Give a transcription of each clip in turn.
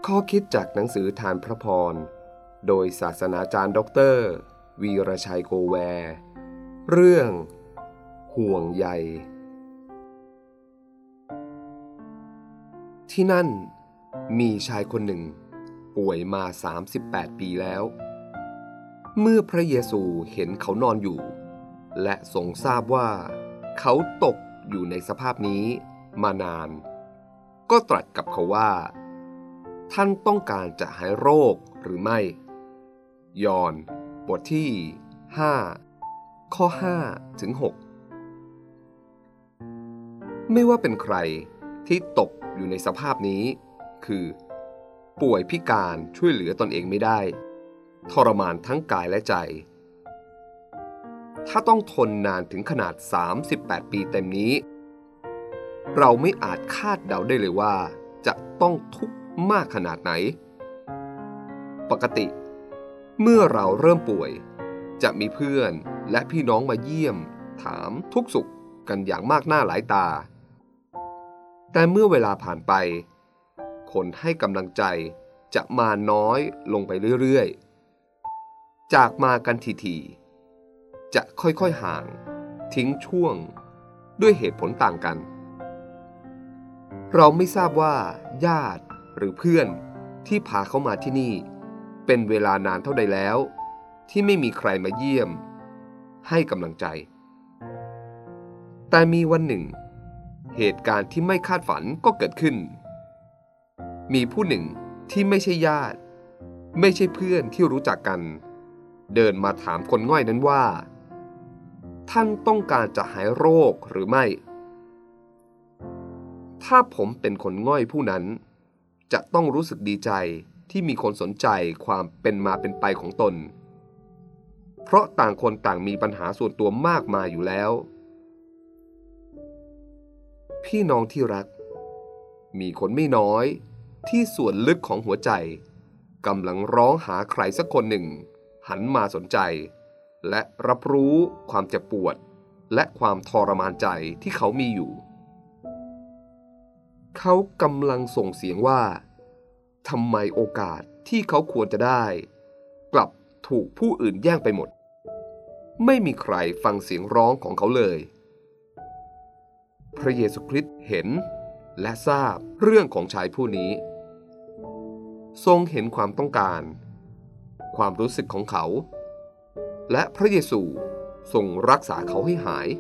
ข้อคิดจากหนังสือทานพระพรโดยศาสนาจารย์ดร.วีรชัยโกแวร์เรื่องห่วงใยที่นั่นมีชายคนหนึ่งป่วยมา38 ปีแล้วเมื่อพระเยซูเห็นเขานอนอยู่และทรงทราบว่าเขาตกอยู่ในสภาพนี้มานานก็ตรัสกับเขาว่าท่านต้องการจะหายโรคหรือไม่ยอห์นบทที่5ข้อ5ถึง6ไม่ว่าเป็นใครที่ตกอยู่ในสภาพนี้คือป่วยพิการช่วยเหลือตนเองไม่ได้ทรมานทั้งกายและใจถ้าต้องทนนานถึงขนาด38 ปีเต็มนี้เราไม่อาจคาดเดาได้เลยว่าจะต้องทุกข์มากขนาดไหนปกติเมื่อเราเริ่มป่วยจะมีเพื่อนและพี่น้องมาเยี่ยมถามทุกสุขกันอย่างมากหน้าหลายตาแต่เมื่อเวลาผ่านไปคนให้กำลังใจจะมาน้อยลงไปเรื่อยๆจากมากันทีๆจะค่อยๆห่างทิ้งช่วงด้วยเหตุผลต่างกันเราไม่ทราบว่าญาติหรือเพื่อนที่พาเขามาที่นี่เป็นเวลานานเท่าใดแล้วที่ไม่มีใครมาเยี่ยมให้กำลังใจแต่มีวันหนึ่งเหตุการณ์ที่ไม่คาดฝันก็เกิดขึ้นมีผู้หนึ่งที่ไม่ใช่ญาติไม่ใช่เพื่อนที่รู้จักกันเดินมาถามคนง่อยนั้นว่าท่านต้องการจะหายโรคหรือไม่ถ้าผมเป็นคนง่อยผู้นั้นจะต้องรู้สึกดีใจที่มีคนสนใจความเป็นมาเป็นไปของตนเพราะต่างคนต่างมีปัญหาส่วนตัวมากมายอยู่แล้วพี่น้องที่รักมีคนไม่น้อยที่ส่วนลึกของหัวใจกำลังร้องหาใครสักคนหนึ่งหันมาสนใจและรับรู้ความเจ็บปวดและความทรมานใจที่เขามีอยู่เขากำลังส่งเสียงว่าทำไมโอกาสที่เขาควรจะได้กลับถูกผู้อื่นแย่งไปหมดไม่มีใครฟังเสียงร้องของเขาเลยพระเยซูคริสต์เห็นและทราบเรื่องของชายผู้นี้ทรงเห็นความต้องการความรู้สึกของเขาและพระเยซูทรงรักษาเขาให้หาย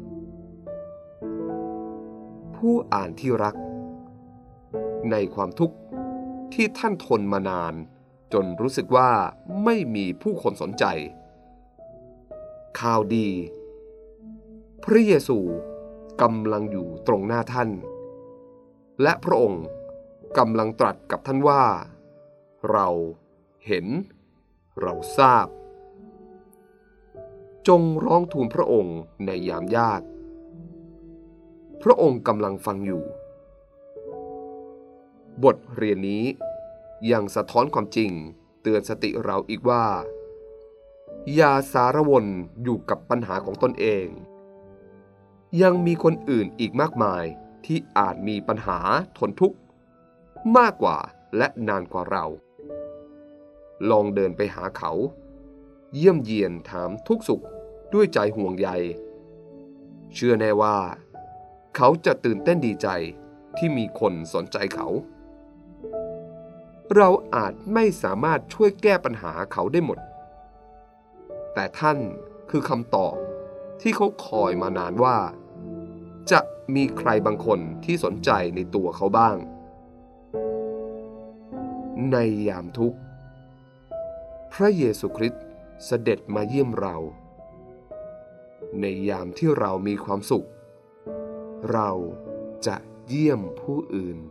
ผู้อ่านที่รักในความทุกข์ที่ท่านทนมานานจนรู้สึกว่าไม่มีผู้คนสนใจข่าวดีพระเยซูกำลังอยู่ตรงหน้าท่านและพระองค์กำลังตรัสกับท่านว่าเราเห็นเราทราบจงร้องทูลพระองค์ในยามยากพระองค์กำลังฟังอยู่บทเรียนนี้ยังสะท้อนความจริงเตือนสติเราอีกว่าอย่าสารวนอยู่กับปัญหาของตนเองยังมีคนอื่นอีกมากมายที่อาจมีปัญหาทนทุกข์มากกว่าและนานกว่าเราลองเดินไปหาเขาเยี่ยมเยียนถามทุกสุขด้วยใจห่วงใยเชื่อแน่ว่าเขาจะตื่นเต้นดีใจที่มีคนสนใจเขาเราอาจไม่สามารถช่วยแก้ปัญหาเขาได้หมดแต่ท่านคือคำตอบที่เขาคอยมานานว่าจะมีใครบางคนที่สนใจในตัวเขาบ้างในยามทุกข์พระเยซูคริสต์เสด็จมาเยี่ยมเราในยามที่เรามีความสุขเราจะเยี่ยมผู้อื่น